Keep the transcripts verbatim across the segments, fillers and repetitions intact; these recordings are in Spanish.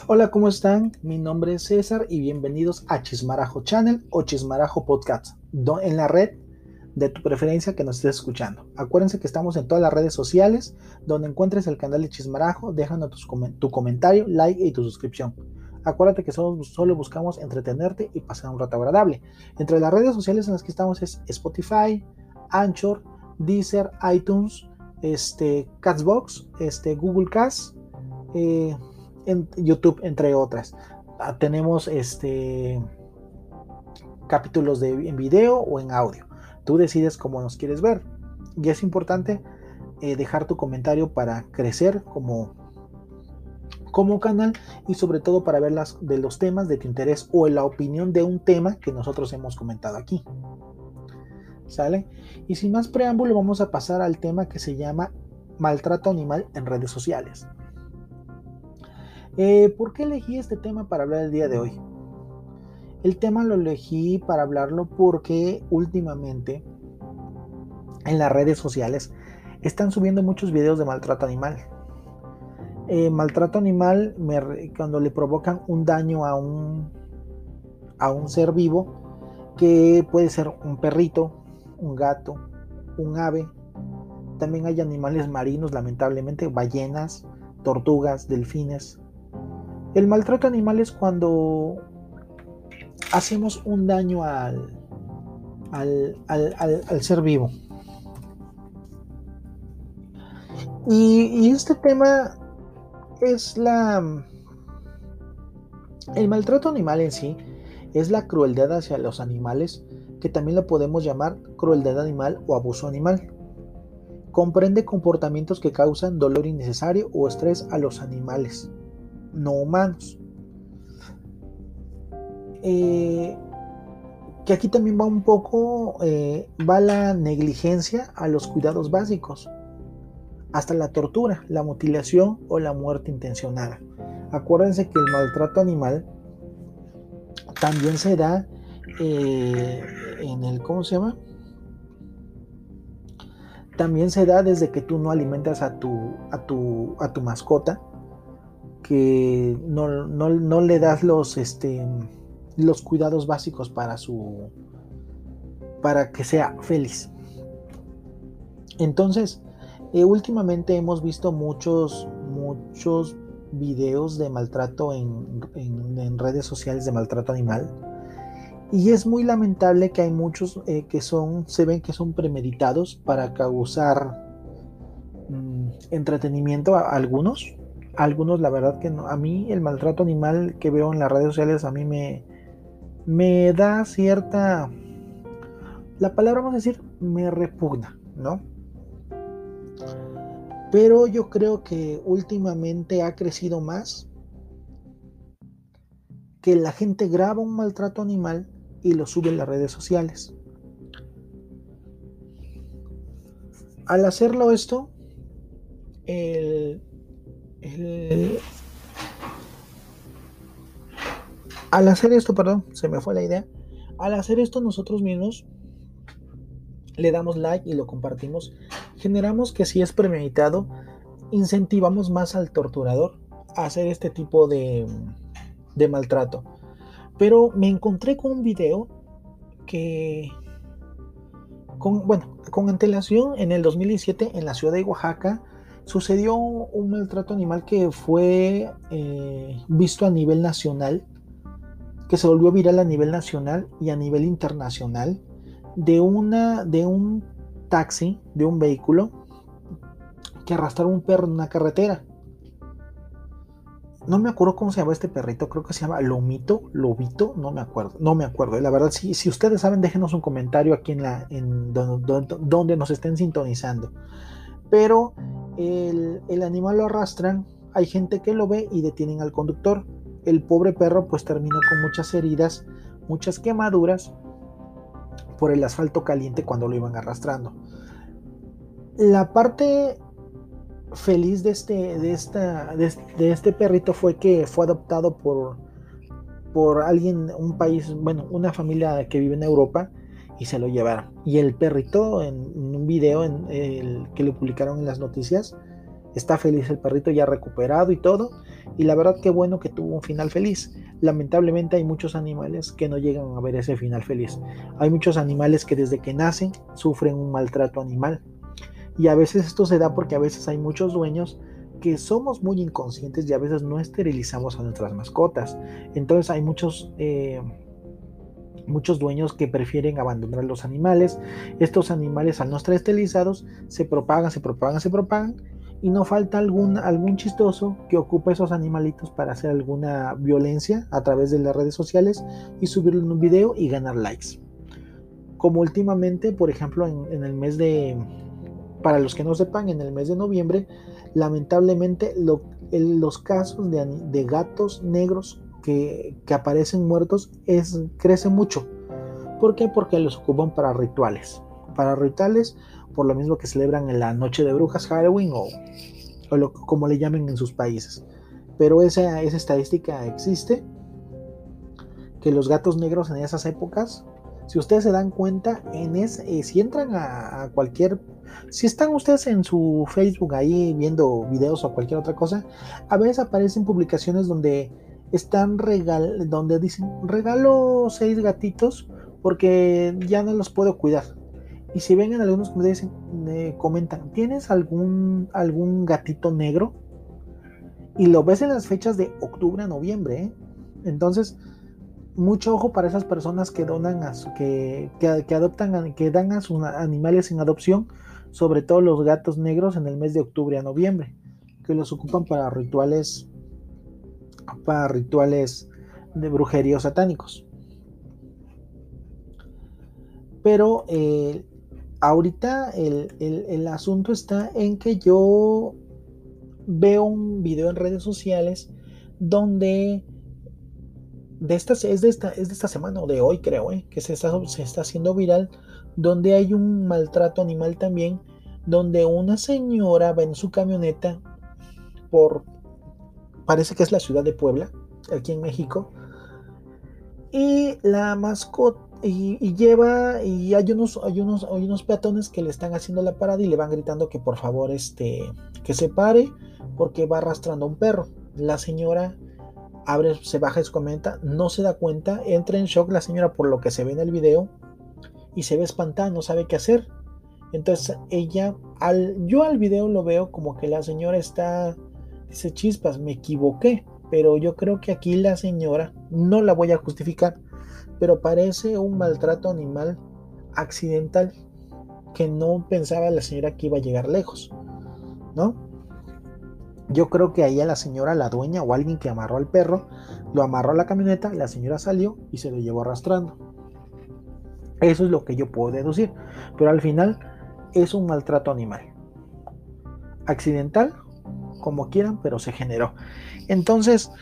Hola, ¿cómo están? Mi nombre es César y bienvenidos a Chismarajo Channel o Chismarajo Podcast, en la red de tu preferencia que nos estés escuchando. Acuérdense que estamos en todas las redes sociales, donde encuentres el canal de Chismarajo, déjanos tu comentario, like y tu suscripción. Acuérdate que solo, solo buscamos entretenerte y pasar un rato agradable. Entre las redes sociales en las que estamos es Spotify, Anchor, Deezer, iTunes, este, Castbox, este, Google Cast, eh, en YouTube, entre otras. Ah, tenemos este capítulos de, en video o en audio. Tú decides cómo nos quieres ver. Y es importante eh, dejar tu comentario para crecer como, como canal y sobre todo para ver las, de los temas de tu interés o la opinión de un tema que nosotros hemos comentado aquí. ¿Sale? Y sin más preámbulo, vamos a pasar al tema que se llama maltrato animal en redes sociales. Eh, ¿Por qué elegí este tema para hablar el día de hoy? El tema lo elegí para hablarlo porque últimamente en las redes sociales están subiendo muchos videos de maltrato animal. Eh, maltrato animal me, cuando le provocan un daño a un, a un ser vivo, que puede ser un perrito, un gato, un ave. También hay animales marinos, lamentablemente, ballenas, tortugas, delfines. El maltrato animal es cuando hacemos un daño al, al, al, al, al ser vivo. Y, y este tema es la... El maltrato animal en sí es la crueldad hacia los animales, que también lo podemos llamar crueldad animal o abuso animal. Comprende comportamientos que causan dolor innecesario o estrés a los animales no humanos. Eh, que aquí también va un poco, eh, va la negligencia a los cuidados básicos, hasta la tortura, la mutilación o la muerte intencionada. Acuérdense que el maltrato animal también se da eh, en el, ¿cómo se llama? También se da desde que tú no alimentas a tu, a tu, a tu mascota, que no, no, no le das los, este, los cuidados básicos para su, para que sea feliz. Entonces, eh, últimamente hemos visto muchos, muchos videos de maltrato en, en, en redes sociales de maltrato animal. Y es muy lamentable que hay muchos eh, que son, se ven que son premeditados para causar mmm, entretenimiento a, a algunos. A algunos, la verdad que no. A mí el maltrato animal que veo en las redes sociales a mí me, me da cierta, la palabra vamos a decir, me repugna, ¿no? Pero yo creo que últimamente ha crecido más que la gente graba un maltrato animal y lo sube en las redes sociales. Al hacerlo esto, el, el, al hacer esto, perdón, se me fue la idea. Al hacer esto nosotros mismos le damos like y lo compartimos. Generamos que si es premeditado, incentivamos más al torturador a hacer este tipo de, de maltrato. Pero me encontré con un video que, con, bueno, con antelación en el dos mil diecisiete en la ciudad de Oaxaca sucedió un maltrato animal que fue eh, visto a nivel nacional, que se volvió viral a nivel nacional y a nivel internacional, de, una, de un taxi, de un vehículo que arrastraba un perro en una carretera. No me acuerdo cómo se llama este perrito, creo que se llama Lomito, Lobito, no me acuerdo, no me acuerdo. La verdad, si, si ustedes saben, déjenos un comentario aquí en la, en donde, donde, donde nos estén sintonizando. Pero el, el animal lo arrastran, hay gente que lo ve y detienen al conductor. El pobre perro pues terminó con muchas heridas, muchas quemaduras por el asfalto caliente cuando lo iban arrastrando. La parte feliz de este, de, esta, de, este, de este perrito fue que fue adoptado por, por alguien, un país, bueno, una familia que vive en Europa, y se lo llevaron. Y el perrito, en, en un video en el, que lo publicaron en las noticias, Está feliz el perrito, ya recuperado y todo, y la verdad que bueno que tuvo un final feliz. Lamentablemente hay muchos animales que no llegan a ver ese final feliz. Hay muchos animales que desde que nacen sufren un maltrato animal, y a veces esto se da porque a veces hay muchos dueños que somos muy inconscientes y a veces no esterilizamos a nuestras mascotas. Entonces hay muchos eh, muchos dueños que prefieren abandonar los animales. Estos animales, al no estar esterilizados, se propagan, se propagan, se propagan, y no falta algún, algún chistoso que ocupe esos animalitos para hacer alguna violencia a través de las redes sociales y subirlo en un video y ganar likes. Como últimamente, por ejemplo, en, en el mes de, para los que no sepan, en el mes de noviembre, lamentablemente lo, el, los casos de, de gatos negros que, que aparecen muertos es, crece mucho. ¿Por qué? Porque los ocupan para rituales. Para rituales, por lo mismo que celebran en la noche de brujas, Halloween, o, o lo, como le llamen en sus países. Pero esa, esa estadística existe, que los gatos negros en esas épocas, si ustedes se dan cuenta, en ese, eh, si entran a, a cualquier, si están ustedes en su Facebook ahí viendo videos o cualquier otra cosa, a veces aparecen publicaciones donde están regal, donde dicen regalo seis gatitos porque ya no los puedo cuidar. Y si ven en algunos que me dicen, eh, comentan, ¿tienes algún, algún gatito negro? Y lo ves en las fechas de octubre a noviembre, ¿eh? Entonces, mucho ojo para esas personas que donan a su, que, que, que adoptan, que dan a sus animales en adopción, sobre todo los gatos negros en el mes de octubre a noviembre, que los ocupan para rituales, para rituales de brujería o satánicos. Pero eh, ahorita el, el, el asunto está en que yo veo un video en redes sociales donde de esta, es, de esta, es de esta semana o de hoy creo, eh, que se está, se está haciendo viral, donde hay un maltrato animal también, donde una señora va en su camioneta por, parece que es la ciudad de Puebla, aquí en México, y la mascota, y, y lleva, y hay unos, hay, unos, hay unos peatones que le están haciendo la parada y le van gritando que por favor este, que se pare porque va arrastrando a un perro. La señora abre, se baja y se comenta, no se da cuenta, entra en shock la señora por lo que se ve en el video y se ve espantada, no sabe qué hacer. Entonces ella, al, yo al video lo veo como que la señora está, dice, chispas, me equivoqué, pero yo creo que aquí la señora, no la voy a justificar, pero parece un maltrato animal accidental, que no pensaba la señora que iba a llegar lejos, ¿no? Yo creo que ahí a la señora, la dueña o alguien que amarró al perro, lo amarró a la camioneta, la señora salió y se lo llevó arrastrando. Eso es lo que yo puedo deducir, pero al final es un maltrato animal. Accidental, como quieran, pero se generó. Entonces,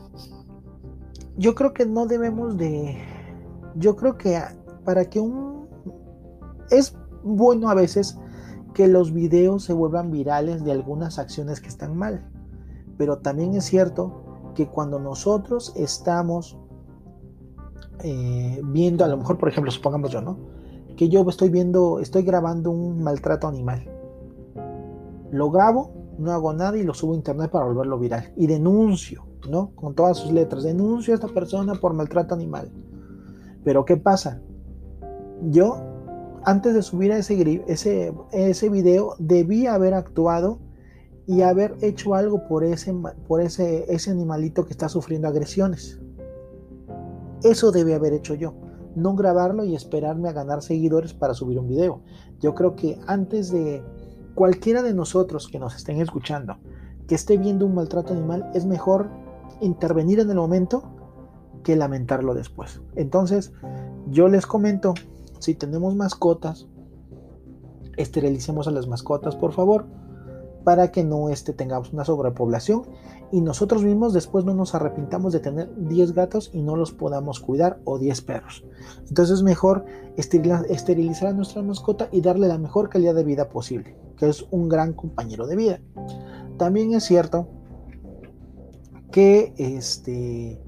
yo creo que no debemos de... Yo creo que para que un... Es bueno a veces que los videos se vuelvan virales de algunas acciones que están mal, pero también es cierto que cuando nosotros estamos eh, viendo, a lo mejor por ejemplo, supongamos yo, ¿no? Que yo estoy viendo, estoy grabando un maltrato animal, lo grabo, no hago nada y lo subo a internet para volverlo viral y denuncio, ¿no? Con todas sus letras, denuncio a esta persona por maltrato animal. Pero ¿qué pasa? Yo, antes de subir a ese, ese, ese video, debí haber actuado y haber hecho algo por, ese, por ese, ese animalito que está sufriendo agresiones. Eso debe haber hecho yo, no grabarlo y esperarme a ganar seguidores para subir un video. Yo creo que antes de cualquiera de nosotros que nos estén escuchando, que esté viendo un maltrato animal, es mejor intervenir en el momento que lamentarlo después. Entonces, yo les comento, si tenemos mascotas, esterilicemos a las mascotas, por favor, para que no este, tengamos una sobrepoblación y nosotros mismos después no nos arrepintamos de tener diez gatos y no los podamos cuidar, o diez perros. Entonces es mejor esterilizar a nuestra mascota y darle la mejor calidad de vida posible, que es un gran compañero de vida. También es cierto que este,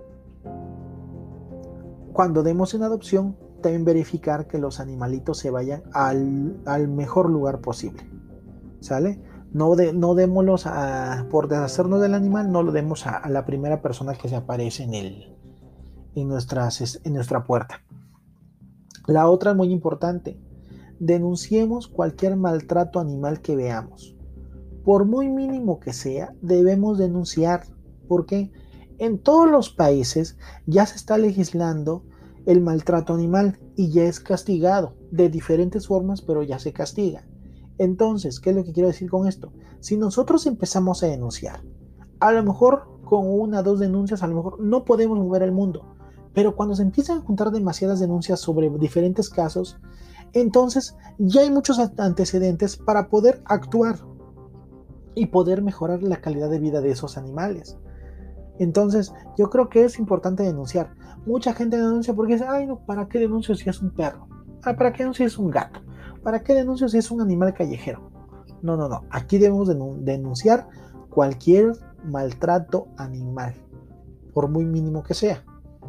cuando demos en adopción, también verificar que los animalitos se vayan al, al mejor lugar posible, ¿sale? No, de, no démoslos a, por deshacernos del animal, no lo demos a, a la primera persona que se aparece en, el, en, nuestras, en nuestra puerta. La otra muy importante, denunciemos cualquier maltrato animal que veamos. Por muy mínimo que sea, debemos denunciar, porque en todos los países ya se está legislando el maltrato animal y ya es castigado de diferentes formas, pero ya se castiga. Entonces, ¿qué es lo que quiero decir con esto? Si nosotros empezamos a denunciar, a lo mejor con una o dos denuncias, a lo mejor no podemos mover el mundo, pero cuando se empiezan a juntar demasiadas denuncias sobre diferentes casos, entonces ya hay muchos antecedentes para poder actuar y poder mejorar la calidad de vida de esos animales. Entonces, yo creo que es importante denunciar. Mucha gente denuncia porque dice, ay, no, ¿para qué denuncio si es un perro? Ah, ¿para qué denuncio si es un gato? ¿Para qué denuncio si es un animal callejero? No, no, no. Aquí debemos denunciar cualquier maltrato animal, por muy mínimo que sea.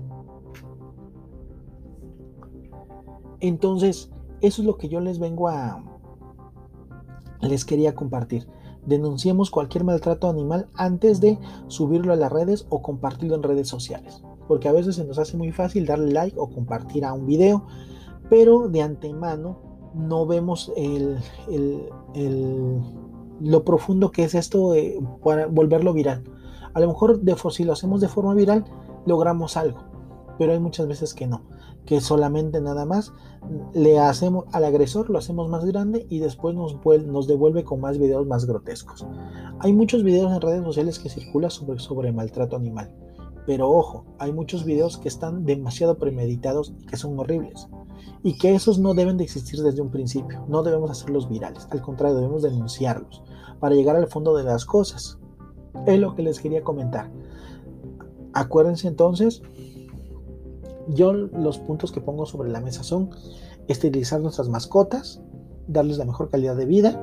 Entonces, eso es lo que yo les vengo a... les quería compartir. Denunciemos cualquier maltrato animal antes de subirlo a las redes o compartirlo en redes sociales. Porque a veces se nos hace muy fácil darle like o compartir a un video, pero de antemano no vemos el, el, el, lo profundo que es esto de, para volverlo viral. A lo mejor de, si lo hacemos de forma viral, logramos algo, pero hay muchas veces que no, que solamente nada más le hacemos al agresor, lo hacemos más grande y después nos, nos devuelve con más videos más grotescos. Hay muchos videos en redes sociales que circulan sobre, sobre maltrato animal, pero ojo, hay muchos videos que están demasiado premeditados y que son horribles, y que esos no deben de existir desde un principio. No debemos hacerlos virales, al contrario, debemos denunciarlos para llegar al fondo de las cosas. Es lo que les quería comentar. Acuérdense entonces, yo los puntos que pongo sobre la mesa son esterilizar nuestras mascotas, darles la mejor calidad de vida,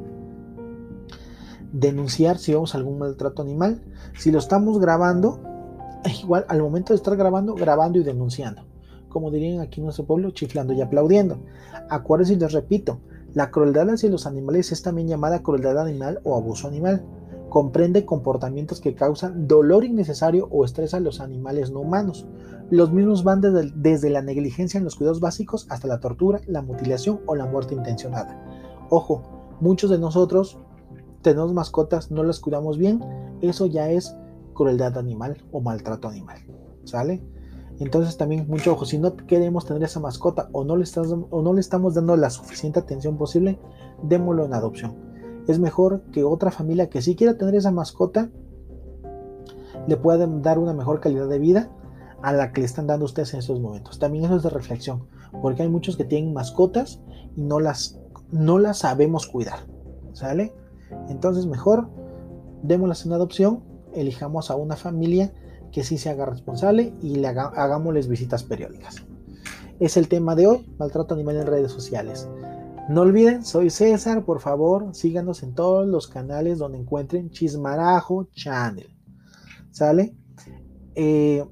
denunciar si vemos algún maltrato animal, si lo estamos grabando, igual al momento de estar grabando, grabando y denunciando, como dirían aquí en nuestro pueblo, chiflando y aplaudiendo. Acuérdense y les repito, la crueldad hacia los animales es también llamada crueldad animal o abuso animal. Comprende comportamientos que causan dolor innecesario o estrés a los animales no humanos. Los mismos van desde, desde la negligencia en los cuidados básicos hasta la tortura, la mutilación o la muerte intencionada. Ojo, muchos de nosotros tenemos mascotas, no las cuidamos bien, eso ya es crueldad animal o maltrato animal, ¿sale? Entonces también mucho ojo, si no queremos tener esa mascota o no le, estás, o no le estamos dando la suficiente atención posible, démoslo en adopción. Es mejor que otra familia que sí quiera tener esa mascota le pueda dar una mejor calidad de vida a la que le están dando ustedes en estos momentos. También eso es de reflexión, porque hay muchos que tienen mascotas y no las, no las sabemos cuidar, ¿sale? Entonces mejor démoslas en adopción, elijamos a una familia que sí se haga responsable y le haga, hagámosles visitas periódicas. Es el tema de hoy, maltrato animal en redes sociales. No olviden, soy César, por favor, síganos en todos los canales donde encuentren Chismarajo Channel. ¿Sale? Eh,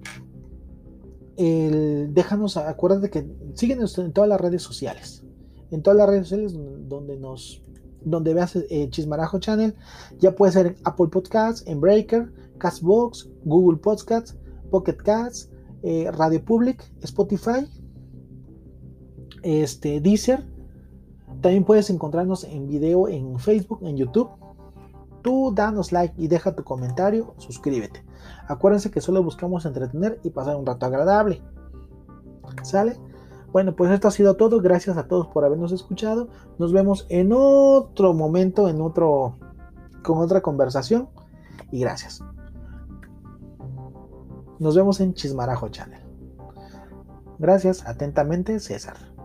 el, déjanos, acuérdate que síguenos en todas las redes sociales. En todas las redes sociales donde nos donde veas eh, Chismarajo Channel, ya puede ser en Apple Podcasts, en Breaker, Castbox, Google Podcasts, Pocket Casts, eh, Radio Public, Spotify, este, Deezer. También puedes encontrarnos en video en Facebook, en YouTube. Tú danos like y deja tu comentario, suscríbete. Acuérdense que solo buscamos entretener y pasar un rato agradable. ¿Sale? Bueno, pues esto ha sido todo. Gracias a todos por habernos escuchado. Nos vemos en otro momento, en otro, con otra conversación. Y gracias. Nos vemos en Chismarajo Channel. Gracias, atentamente, César.